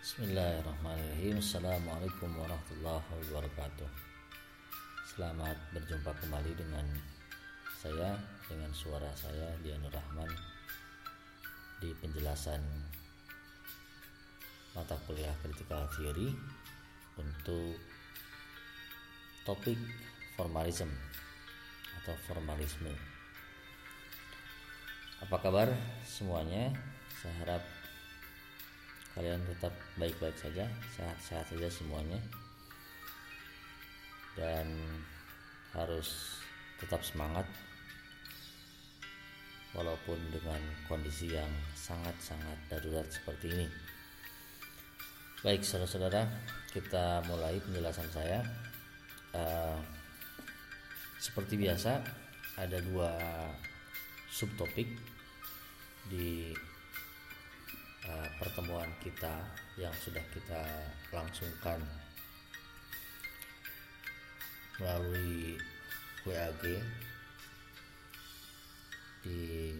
Bismillahirrahmanirrahim. Assalamualaikum warahmatullahi wabarakatuh. Selamat berjumpa kembali dengan saya, dengan suara saya Dianur Rahman di penjelasan mata kuliah Critical Theory untuk topik formalism atau formalisme. Apa kabar semuanya? Saya harap kalian tetap baik-baik saja, sehat-sehat saja semuanya, dan harus tetap semangat walaupun dengan kondisi yang sangat-sangat darurat seperti ini. Baik saudara-saudara, kita mulai penjelasan saya. Seperti biasa, ada dua subtopik di pertemuan kita yang sudah kita langsungkan melalui WAG di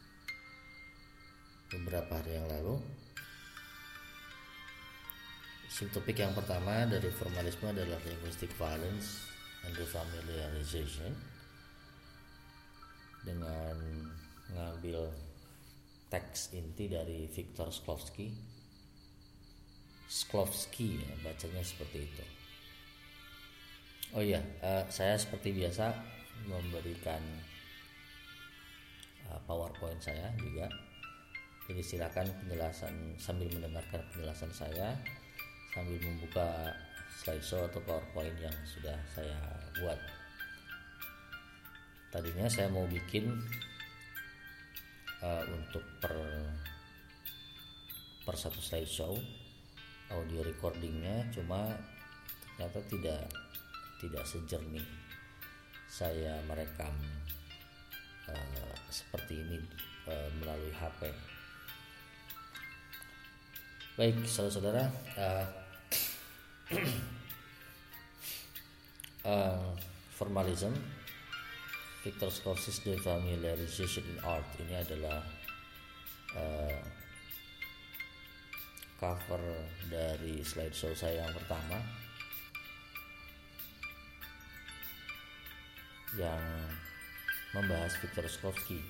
beberapa hari yang lalu. Subtopik yang pertama dari formalisme adalah linguistic violence and familiarization, dengan mengambil teks inti dari Viktor Shklovsky ya, bacanya seperti itu. Oh iya, saya seperti biasa memberikan PowerPoint saya juga. Jadi silakan penjelasan sambil mendengarkan penjelasan saya sambil membuka slideshow atau PowerPoint yang sudah saya buat. Tadinya saya mau bikin untuk per satu slideshow audio recordingnya, cuma ternyata tidak sejernih saya merekam seperti ini melalui HP. Baik saudara-saudara, formalism, Viktor Shklovsky's Defamiliarization in Art, ini adalah cover dari slideshow saya yang pertama yang membahas Viktor Shklovsky.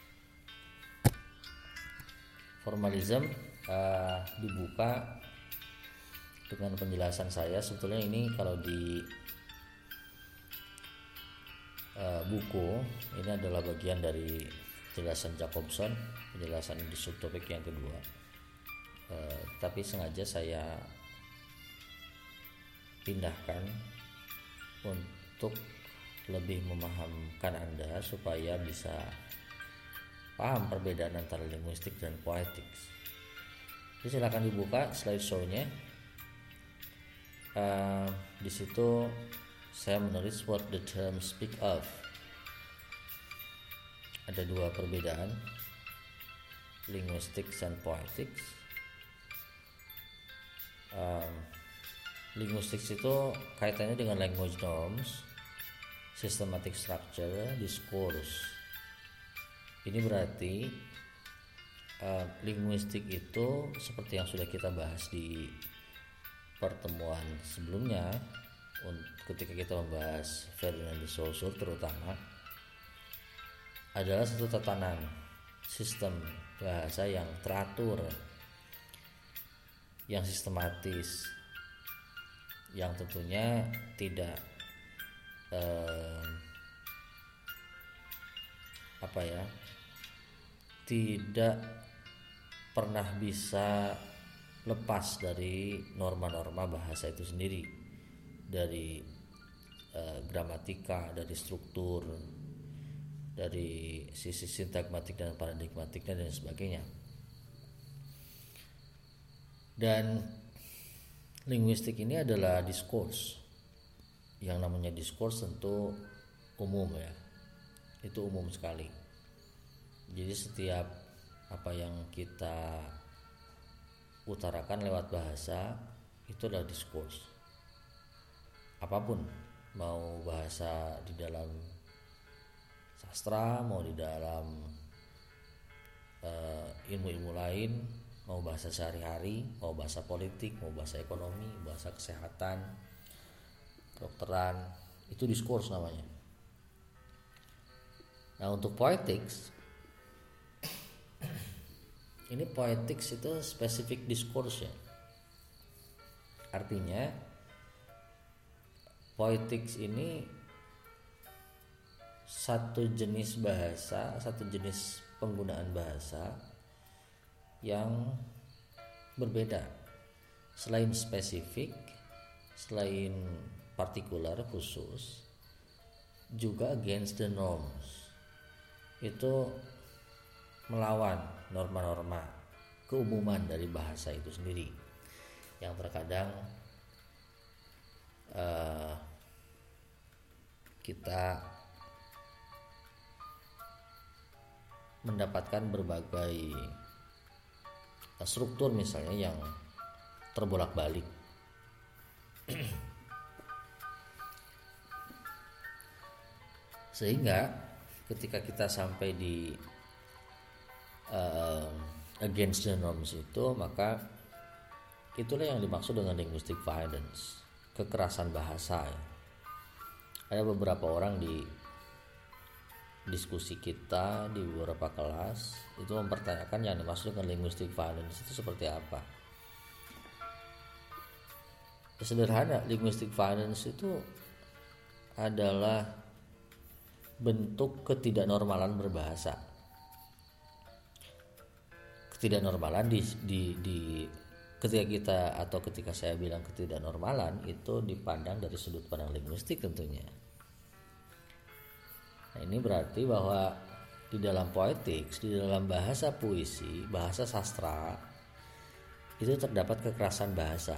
Formalism dibuka dengan penjelasan saya. Sebetulnya ini kalau di buku ini adalah bagian dari penjelasan Jacobson, penjelasan di subtopik yang kedua, tapi sengaja saya pindahkan untuk lebih memahamkan Anda supaya bisa paham perbedaan antara linguistik dan poetics. Jadi silakan dibuka slideshow-nya. Di situ saya menulis what the terms speak of. Ada dua perbedaan, linguistics and poetics. Linguistics itu kaitannya dengan language norms, systematic structure, discourse. Ini berarti linguistik itu seperti yang sudah kita bahas di pertemuan sebelumnya, ketika kita membahas Ferdinand de Saussure terutama, adalah satu tatanan sistem bahasa yang teratur, yang sistematis, yang tentunya tidak tidak pernah bisa lepas dari norma-norma bahasa itu sendiri, dari gramatika, dari struktur, dari sisi sintagmatik dan paradigmatiknya dan sebagainya. Dan linguistik ini adalah discourse. Yang namanya discourse tentu umum ya, itu umum sekali. Jadi setiap apa yang kita utarakan lewat bahasa itu adalah discourse. Apapun, mau bahasa di dalam sastra, mau di dalam ilmu-ilmu lain, mau bahasa sehari-hari, mau bahasa politik, mau bahasa ekonomi, bahasa kesehatan, kedokteran, itu diskurs namanya. Nah, untuk poetics, ini poetics itu spesifik diskurs ya. Artinya poetics ini satu jenis bahasa, satu jenis penggunaan bahasa yang berbeda. Selain spesifik, selain partikular khusus, juga against the norms. Itu melawan norma-norma keumuman dari bahasa itu sendiri, yang terkadang kita mendapatkan berbagai struktur misalnya yang terbolak-balik. Sehingga ketika kita sampai di against the norms itu, maka itulah yang dimaksud dengan linguistic violence, kekerasan bahasa ya. Ada beberapa orang di diskusi kita di beberapa kelas itu mempertanyakan yang dimaksud dengan linguistic violence itu seperti apa. Ya, sederhana, linguistic violence itu adalah bentuk ketidaknormalan berbahasa. Ketidaknormalan di ketika kita atau ketika saya bilang ketidaknormalan itu dipandang dari sudut pandang linguistik tentunya. Nah, ini berarti bahwa di dalam poetics, di dalam bahasa puisi, bahasa sastra itu terdapat kekerasan bahasa.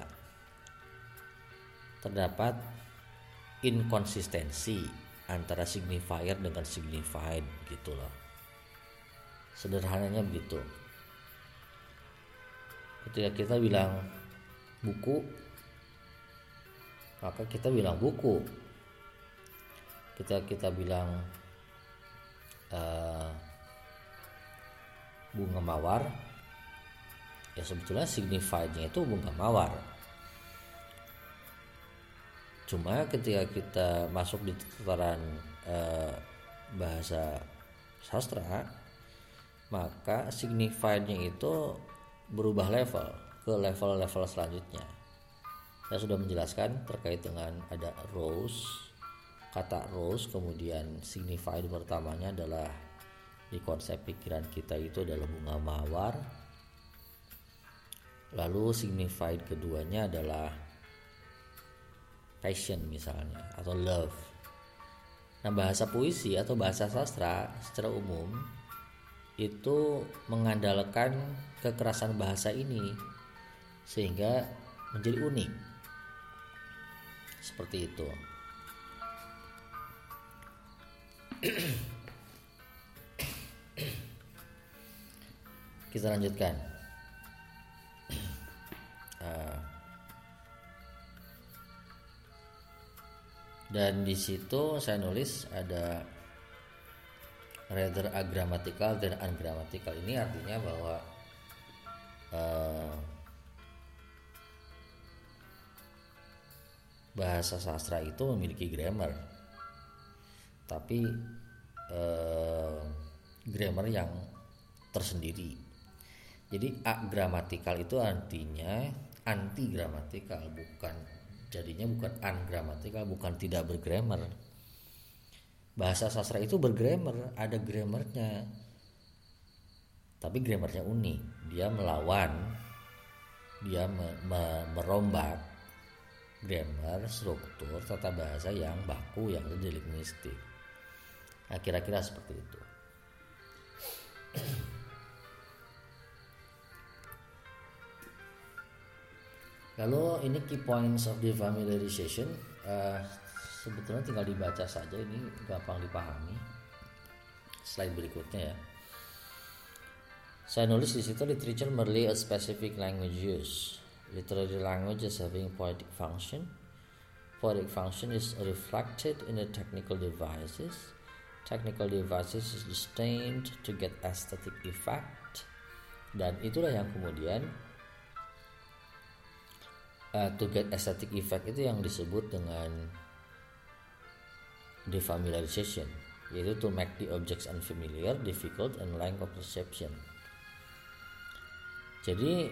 Terdapat inkonsistensi antara signifier dengan signified gitu loh. Sederhananya begitu. Ketika kita bilang buku, maka kita bilang buku. Ketika kita bilang bunga mawar, ya sebetulnya signifiednya itu bunga mawar. Cuma ketika kita masuk di tataran bahasa sastra, maka signifiednya itu berubah level ke level-level selanjutnya. Saya sudah menjelaskan terkait dengan ada rose, kata rose, kemudian signified pertamanya adalah di konsep pikiran kita itu adalah bunga mawar. Lalu signified keduanya adalah passion misalnya, atau love. Nah, bahasa puisi atau bahasa sastra secara umum itu mengandalkan kekerasan bahasa ini sehingga menjadi unik. Seperti itu. Kita lanjutkan. Dan di situ saya nulis ada rather agrammatical dan ungrammatical. Ini artinya bahwa bahasa sastra itu memiliki grammar, tapi grammar yang tersendiri. Jadi agrammatical itu artinya anti gramatikal, jadinya bukan ungrammatical, bukan tidak bergrammar. Bahasa sastra itu bergrammar, ada grammarnya, tapi grammarnya unik. Dia melawan, dia merombak grammar, struktur, tata bahasa yang baku yang ada di linguistik. Nah, kira-kira seperti itu. Lalu ini key points of the familiarization. Sebetulnya tinggal dibaca saja, ini gampang dipahami. Slide berikutnya ya. Saya nulis di situ literature merely a specific language use. Literary language is having poetic function. Poetic function is reflected in the technical devices. Technical devices is destined to get aesthetic effect. Dan itulah yang kemudian to get aesthetic effect itu yang disebut dengan defamiliarization, yaitu to make the objects unfamiliar, difficult, and lack of perception. Jadi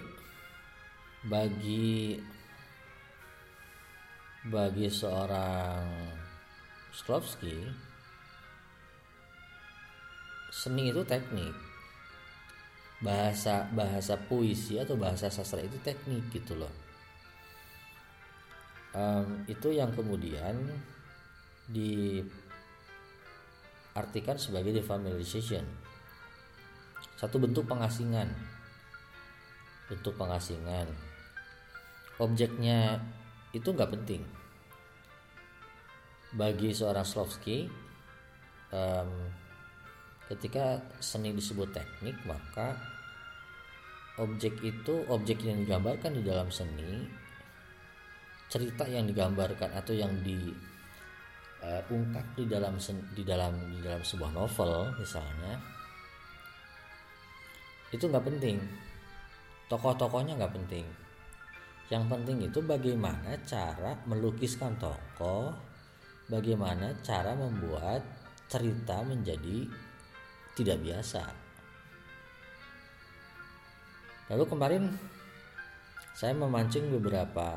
bagi seorang Shklovsky, seni itu teknik, bahasa puisi atau bahasa sastra itu teknik gitu loh. Itu yang kemudian diartikan sebagai defamiliarization, satu bentuk pengasingan. Objeknya itu nggak penting bagi seorang Shklovsky. Ketika seni disebut teknik, maka objek yang digambarkan di dalam seni, cerita yang digambarkan atau yang diungkap di dalam sebuah novel misalnya, itu nggak penting, tokoh-tokohnya nggak penting. Yang penting itu bagaimana cara melukiskan tokoh, bagaimana cara membuat cerita menjadi tidak biasa. Lalu kemarin saya memancing beberapa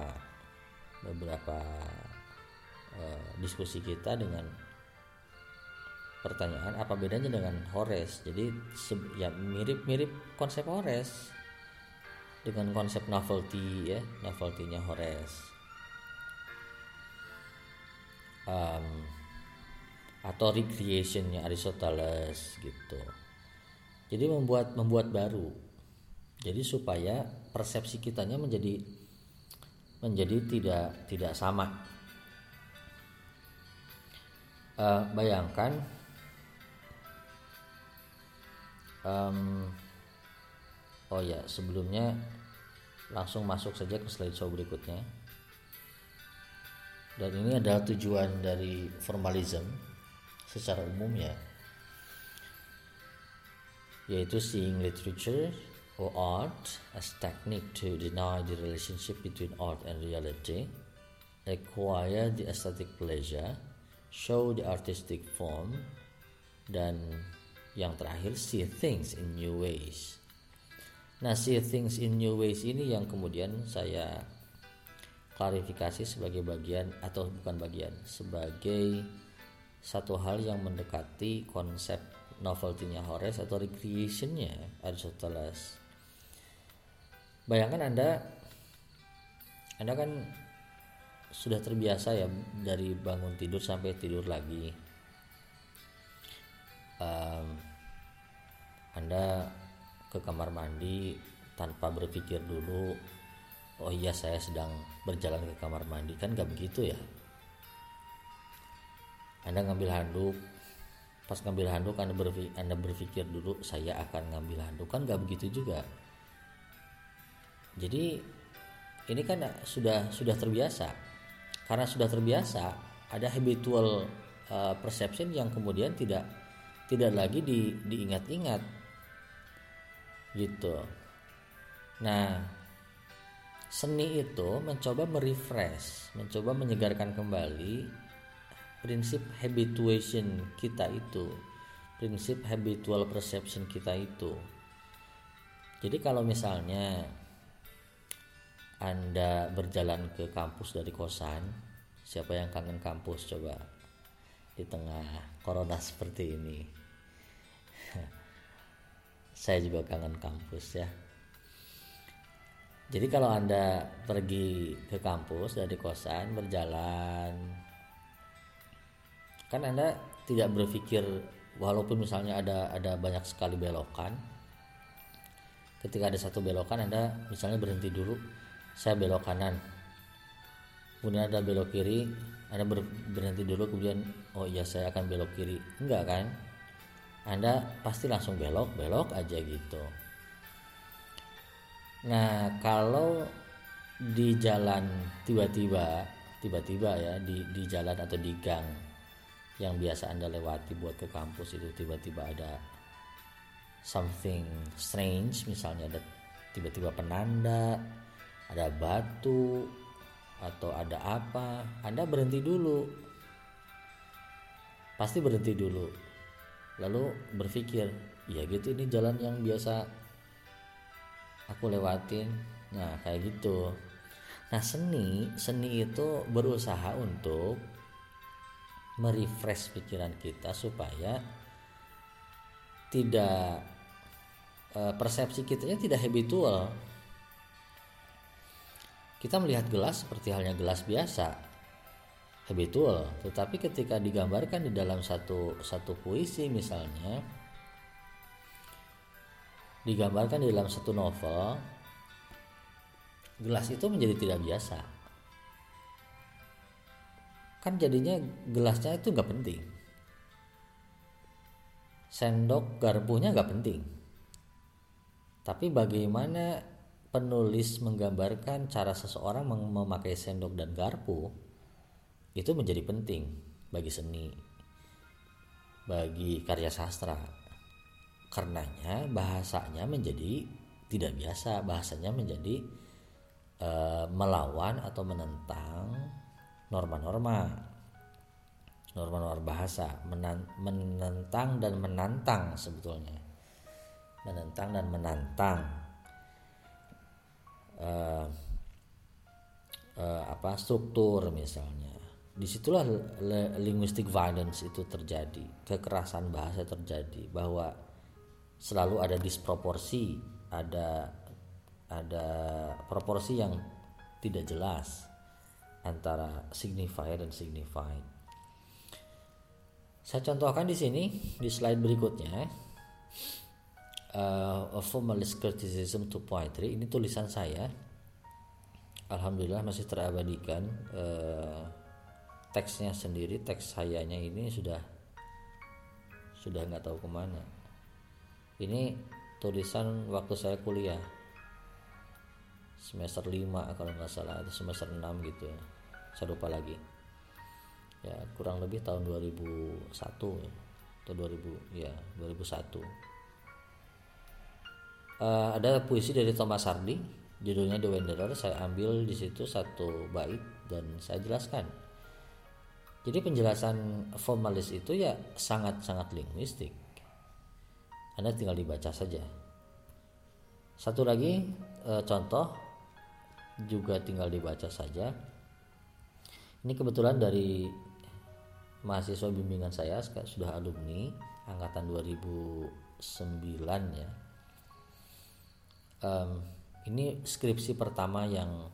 diskusi kita dengan pertanyaan apa bedanya dengan Horace. Jadi ya mirip konsep Horace dengan konsep novelty ya, novelty-nya Horace. Atau recreation-nya Aristoteles gitu. Jadi membuat baru. Jadi supaya persepsi kitanya menjadi tidak sama. Bayangkan sebelumnya langsung masuk saja ke slideshow berikutnya. Dan ini adalah tujuan dari formalism secara umum ya, yaitu seeing literature or art as technique to deny the relationship between art and reality, acquire the aesthetic pleasure, show the artistic form, dan yang terakhir see things in new ways. Nah, see things in new ways ini yang kemudian saya klarifikasi sebagai sebagai satu hal yang mendekati konsep novelty-nya Horace atau recreation-nya Aristoteles. Bayangkan Anda kan sudah terbiasa ya dari bangun tidur sampai tidur lagi. Anda ke kamar mandi tanpa berpikir dulu, oh iya saya sedang berjalan ke kamar mandi, kan gak begitu ya. Anda ngambil handuk, pas ngambil handuk Anda berpikir dulu saya akan ngambil handuk, kan gak begitu juga. Jadi ini kan sudah terbiasa. Karena sudah terbiasa, ada habitual perception yang kemudian tidak lagi diingat-ingat gitu. Nah, seni itu mencoba merefresh, mencoba menyegarkan kembali prinsip habituation kita itu, prinsip habitual perception kita itu. Jadi kalau misalnya Anda berjalan ke kampus dari kosan, siapa yang kangen kampus coba di tengah corona seperti ini? Saya juga kangen kampus ya. Jadi kalau Anda pergi ke kampus dari kosan berjalan, kan Anda tidak berpikir, walaupun misalnya ada banyak sekali belokan, ketika ada satu belokan Anda misalnya berhenti dulu, saya belok kanan, kemudian Anda belok kiri, Anda berhenti dulu, kemudian oh iya saya akan belok kiri. Enggak kan? Anda pasti langsung belok aja gitu. Nah, kalau di jalan tiba-tiba ya di jalan atau di gang yang biasa Anda lewati buat ke kampus itu tiba-tiba ada something strange, misalnya ada tiba-tiba penanda, ada batu atau ada apa, Anda berhenti dulu, pasti berhenti dulu, lalu berpikir, ya gitu, ini jalan yang biasa aku lewatin. Nah kayak gitu. Nah seni itu berusaha untuk merefresh pikiran kita supaya tidak persepsi kitanya tidak habitual. Kita melihat gelas seperti halnya gelas biasa, habitual. Tetapi ketika digambarkan di dalam satu puisi misalnya, digambarkan di dalam satu novel, gelas itu menjadi tidak biasa. Kan jadinya gelasnya itu gak penting, sendok garpunya gak penting, tapi bagaimana penulis menggambarkan cara seseorang memakai sendok dan garpu itu menjadi penting bagi seni, bagi karya sastra. Karenanya bahasanya menjadi tidak biasa, bahasanya menjadi melawan atau menentang norma-norma bahasa, menentang dan menantang, sebetulnya menentang dan menantang struktur misalnya. Disitulah linguistic violence itu terjadi, kekerasan bahasa terjadi, bahwa selalu ada disproporsi, ada proporsi yang tidak jelas antara signifier dan signified. Saya contohkan di sini di slide berikutnya, A Formalist Criticism to Poetry. Ini tulisan saya, alhamdulillah masih terabadikan. Teksnya sendiri, teks sayanya ini sudah nggak tahu kemana. Ini tulisan waktu saya kuliah semester 5 kalau nggak salah, atau semester 6 gitu ya, saya lupa lagi ya, kurang lebih tahun 2001 ya, atau 2001. Ada puisi dari Thomas Hardy, judulnya The Wanderer. Saya ambil di situ satu bait dan saya jelaskan. Jadi penjelasan formalis itu ya sangat-sangat linguistik, Anda tinggal dibaca saja. Satu lagi contoh juga tinggal dibaca saja. Ini kebetulan dari mahasiswa bimbingan saya, sudah alumni angkatan 2009 ya. Ini skripsi pertama yang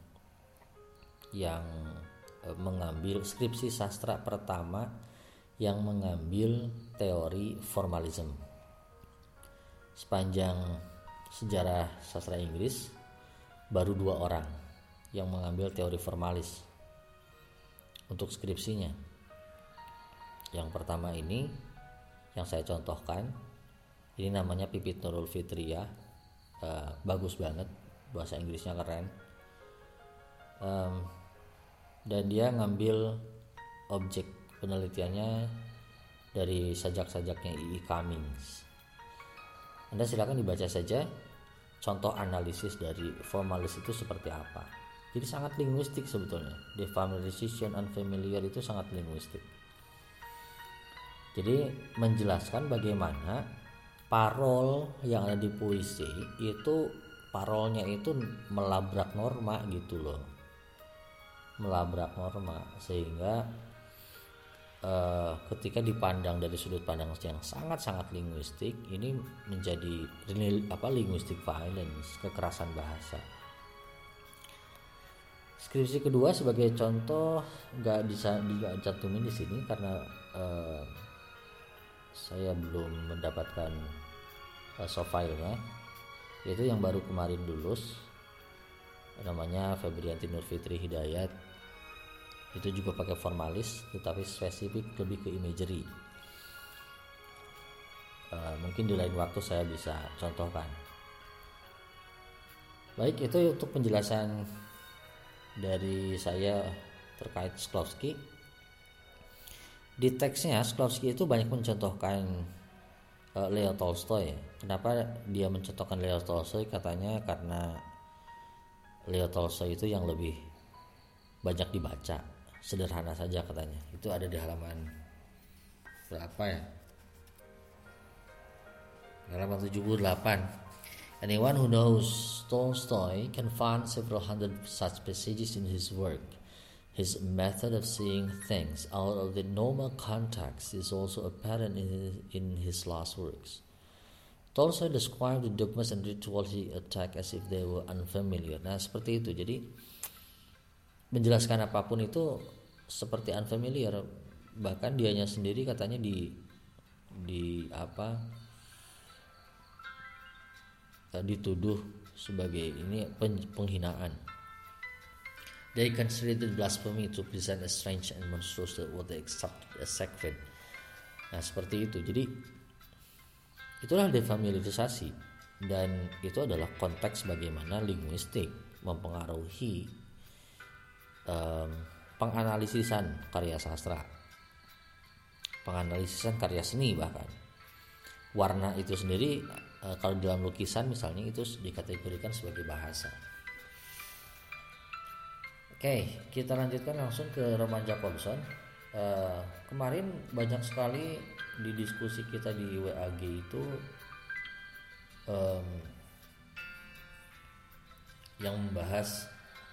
mengambil, skripsi sastra pertama yang mengambil teori formalism. Sepanjang sejarah sastra Inggris baru 2 orang yang mengambil teori formalis untuk skripsinya. Yang pertama ini yang saya contohkan, ini namanya Pipit Nurul Fitria, bagus banget, bahasa Inggrisnya keren, dan dia ngambil objek penelitiannya dari sajak-sajaknya I.I. Cummings. Anda silakan dibaca saja contoh analisis dari formalis itu seperti apa. Jadi sangat linguistik sebetulnya. Defamiliarization, unfamiliar itu sangat linguistik. Jadi menjelaskan bagaimana parol yang ada di puisi itu, parolnya itu melabrak norma gitu loh. Melabrak norma, sehingga ketika dipandang dari sudut pandang yang sangat-sangat linguistik, ini menjadi linguistic violence, kekerasan bahasa. Skripsi kedua sebagai contoh nggak dicantumin di sini karena saya belum mendapatkan soft filenya, yaitu yang baru kemarin lulus, namanya Febrianti Nur Fitri Hidayat. Itu juga pakai formalis tetapi spesifik lebih ke imagery. Mungkin di lain waktu saya bisa contohkan. Baik, itu untuk penjelasan dari saya terkait Shklovsky. Di teksnya Shklovsky itu banyak mencontohkan Leo Tolstoy. Kenapa dia mencontohkan Leo Tolstoy? Katanya karena Leo Tolstoy itu yang lebih banyak dibaca. Sederhana saja katanya. Itu ada di halaman berapa ya? Halaman 78. Anyone who knows Tolstoy can find several hundred such passages in his work. His method of seeing things out of the normal context is also apparent in his last works. Tolstoy described the dogmas and rituals he attacked as if they were unfamiliar. Nah, seperti itu. Jadi menjelaskan apapun itu seperti unfamiliar. Bahkan dianya sendiri katanya dituduh sebagai ini penghinaan. They considered blasphemy to present a strange and monstrous what they accepted as sacred. Nah, seperti itu. Jadi itulah defamiliarisasi, dan itu adalah konteks bagaimana linguistik mempengaruhi penganalisisan karya sastra, penganalisisan karya seni. Bahkan warna itu sendiri kalau dalam lukisan misalnya itu dikategorikan sebagai bahasa. Oke, kita lanjutkan langsung ke Roman Jakobson. Kemarin banyak sekali di diskusi kita di WAG itu yang membahas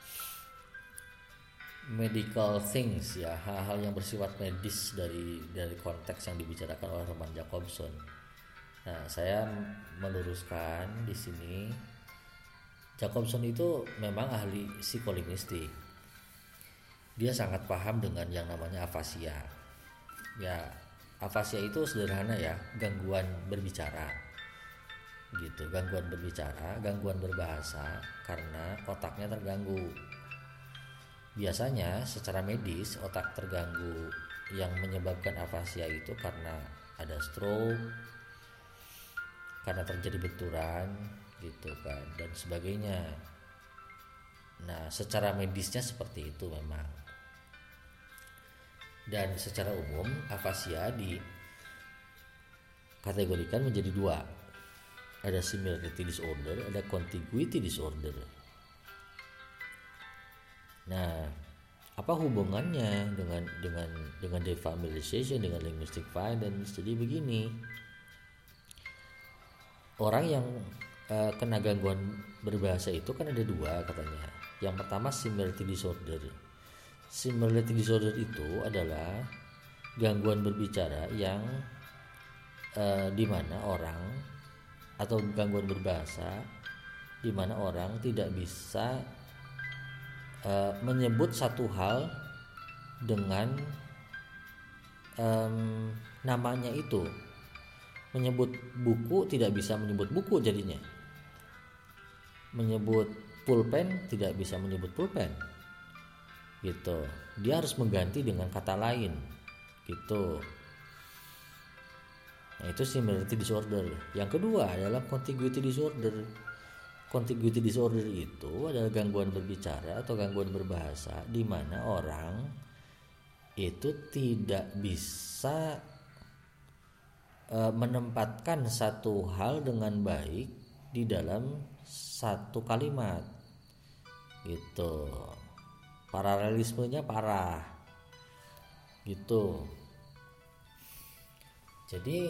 medical things, ya, hal-hal yang bersifat medis dari konteks yang dibicarakan oleh Roman Jakobson. Nah, saya meluruskan di sini, Jakobson itu memang ahli psikolinguistik. Dia sangat paham dengan yang namanya afasia. Ya, afasia itu sederhana ya, gangguan berbicara. Gitu, gangguan berbicara, gangguan berbahasa karena otaknya terganggu. Biasanya secara medis otak terganggu yang menyebabkan afasia itu karena ada stroke, karena terjadi benturan gitu kan, dan sebagainya. Nah, secara medisnya seperti itu memang. Dan secara umum afasia dikategorikan menjadi dua. Ada similarity disorder, ada contiguity disorder. Nah, apa hubungannya dengan defamiliarization, dengan linguistic violence? Jadi begini, orang yang kena gangguan berbahasa itu kan ada dua katanya. Yang pertama similarity disorder. Similarity disorder itu adalah gangguan berbicara yang di mana orang, atau gangguan berbahasa di mana orang tidak bisa menyebut satu hal dengan namanya itu. Menyebut buku tidak bisa menyebut buku jadinya. Menyebut pulpen tidak bisa menyebut pulpen. Gitu. Dia harus mengganti dengan kata lain. Gitu. Nah, itu similarity disorder. Yang kedua adalah contiguity disorder. Contiguity disorder itu adalah gangguan berbicara atau gangguan berbahasa di mana orang itu tidak bisa menempatkan satu hal dengan baik di dalam satu kalimat. Gitu. Paralelismenya parah. Gitu. Jadi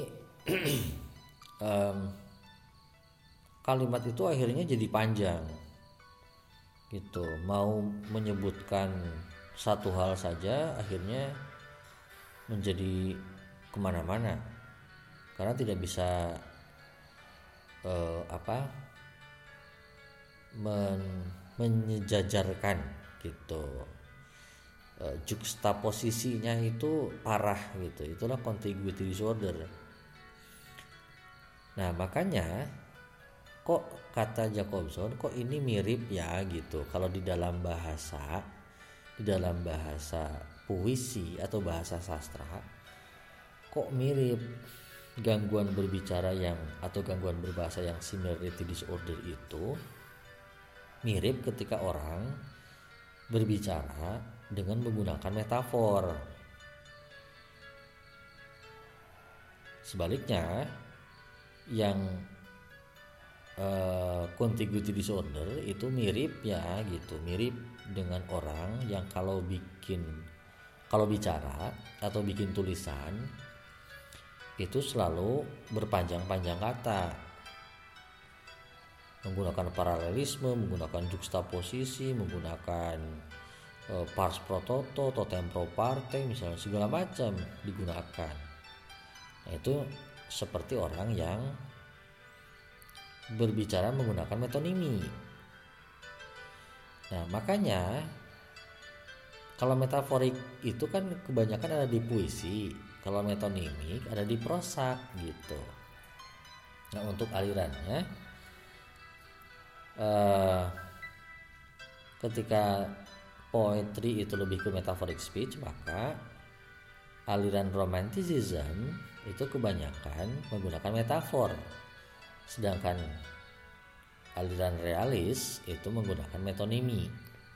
kalimat itu akhirnya jadi panjang gitu. Mau menyebutkan satu hal saja akhirnya menjadi kemana-mana karena tidak bisa menyejajarkan gitu. Juxtaposisinya itu parah gitu. Itulah contiguity disorder. Nah, makanya kok kata Jakobson kok ini mirip ya gitu. Kalau di dalam bahasa puisi atau bahasa sastra kok mirip gangguan berbicara atau gangguan berbahasa yang similarity disorder itu mirip ketika orang berbicara dengan menggunakan metafor. Sebaliknya, yang contiguity disorder itu mirip ya gitu, mirip dengan orang yang kalau bicara atau bikin tulisan itu selalu berpanjang-panjang kata, menggunakan paralelisme, menggunakan juxtaposisi, menggunakan pars pro toto, totem pro parte, misalnya segala macam digunakan. Nah, itu seperti orang yang berbicara menggunakan metonimi. Nah, makanya kalau metaforik itu kan kebanyakan ada di puisi, kalau metonimik ada di prosa gitu. Nah, untuk alirannya ketika poetry itu lebih ke metaphoric speech, maka aliran romanticism itu kebanyakan menggunakan metafor, sedangkan aliran realis itu menggunakan metonimi.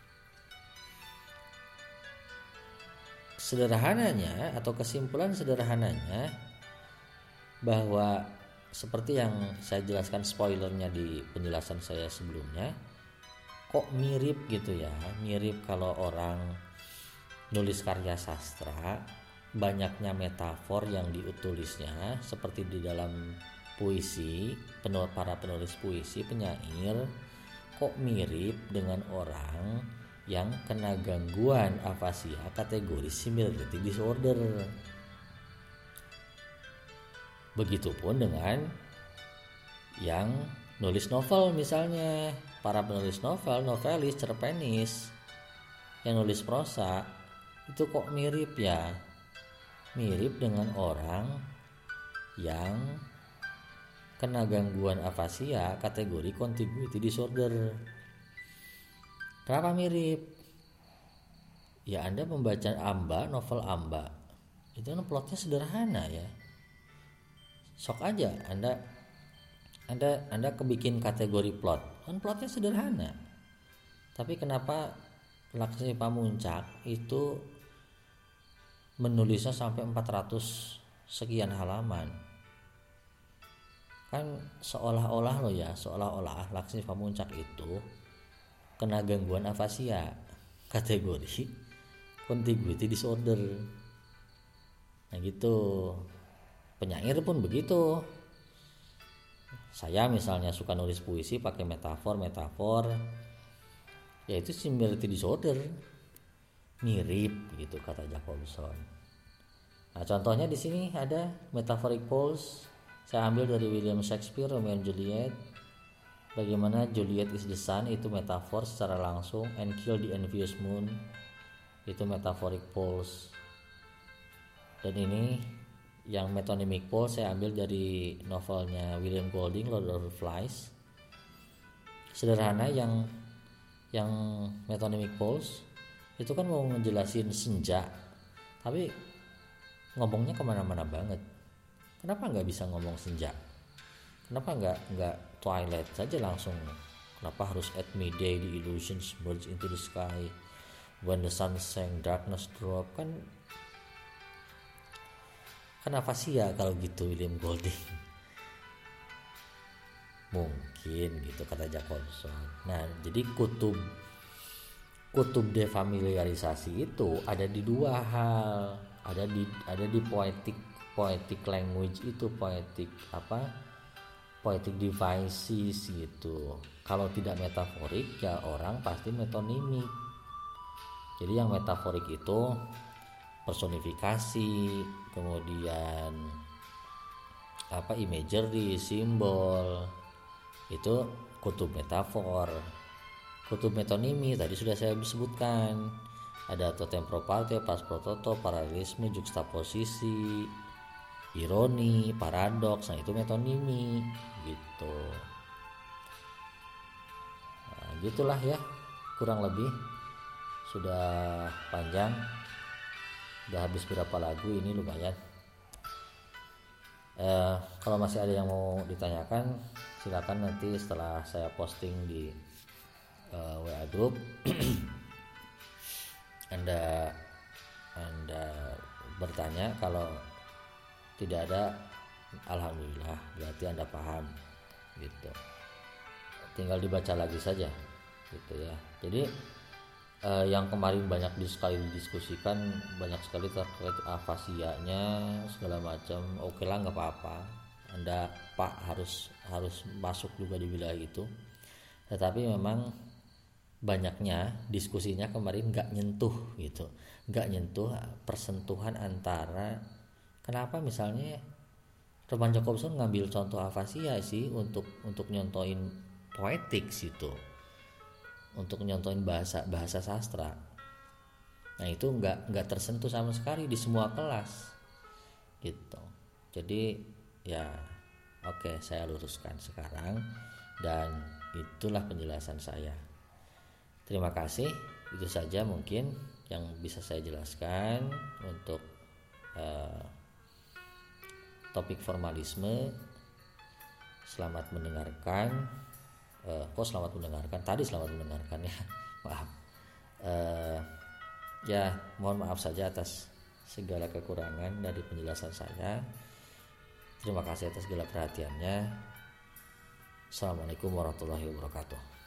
Sederhananya atau kesimpulan sederhananya bahwa seperti yang saya jelaskan spoilernya di penjelasan saya sebelumnya, kok mirip gitu ya, mirip kalau orang nulis karya sastra, banyaknya metafor yang ditulisnya seperti di dalam puisi, para penulis puisi, penyair, kok mirip dengan orang yang kena gangguan afasia kategori similarity disorder. Begitupun dengan yang nulis novel, misalnya para penulis novel, novelis, cerpenis yang nulis prosa itu kok mirip ya, mirip dengan orang yang kena gangguan afasia kategori contiguity disorder. Kenapa mirip? Ya, Anda membaca Amba, novel Amba, itu kan plotnya sederhana ya. Sok aja Anda kebikin kategori plot, kan plotnya sederhana. Tapi kenapa Laksmi Pamuntjak itu menulisnya sampai 400 sekian halaman? Kan seolah-olah Laksmi Pamuntjak itu kena gangguan afasia kategori contiguity disorder. Nah gitu. Penyair pun begitu. Saya misalnya suka nulis puisi pakai metafor, yaitu similarity disorder, mirip gitu kata Jacobson. Nah, contohnya di sini ada metaphoric pose. Saya ambil dari William Shakespeare, Romeo and Juliet. Bagaimana Juliet is the sun itu metafor secara langsung, and kill the envious moon itu metaphoric pose. Dan ini yang metonymic pose saya ambil dari novelnya William Golding, Lord of the Flies. Sederhana yang metonymic pose itu kan mau ngejelasin senja, tapi ngomongnya kemana-mana banget. Kenapa nggak bisa ngomong senja? Kenapa nggak twilight saja langsung? Kenapa harus at midday the illusions merge into the sky, when the sun sank darkness drop? Kan afasia kalau gitu William Golding. Mungkin gitu kata Jacobson. Nah, jadi kutub defamiliarisasi itu ada di dua hal. Ada di poetic language itu, poetic devices gitu. Kalau tidak metaforik ya orang pasti metonimik. Jadi yang metaforik itu personifikasi, kemudian imagery, simbol, itu kutub metafor. Kutub metonimi tadi sudah saya sebutkan, ada totem pro parte, pars pro toto, paralelisme, juxtaposisi, ironi, paradoks. Nah, itu metonimi gitu. Nah, gitulah ya, kurang lebih. Sudah panjang, udah habis berapa lagu ini, lumayan. Kalau masih ada yang mau ditanyakan, silakan nanti setelah saya posting di WA group. Anda bertanya. Kalau tidak ada, Alhamdulillah, berarti Anda paham gitu. Tinggal dibaca lagi saja gitu ya. Jadi yang kemarin banyak sekali didiskusikan, banyak sekali terkait afasianya segala macam. Oke lah, nggak apa-apa, Anda Pak harus masuk juga di wilayah itu. Tetapi memang banyaknya diskusinya kemarin nggak nyentuh gitu, nggak nyentuh persentuhan antara kenapa misalnya Roman Jakobson ngambil contoh afasia sih untuk nyontoin poetik situ, untuk nyontoin bahasa sastra. Nah itu nggak tersentuh sama sekali di semua kelas gitu. Jadi ya oke, saya luruskan sekarang dan itulah penjelasan saya. Terima kasih, itu saja mungkin yang bisa saya jelaskan untuk topik formalisme. Selamat mendengarkan. Selamat mendengarkan. Tadi selamat mendengarkan ya. Maaf. Ya, mohon maaf saja atas segala kekurangan dari penjelasan saya. Terima kasih atas segala perhatiannya. Assalamualaikum warahmatullahi wabarakatuh.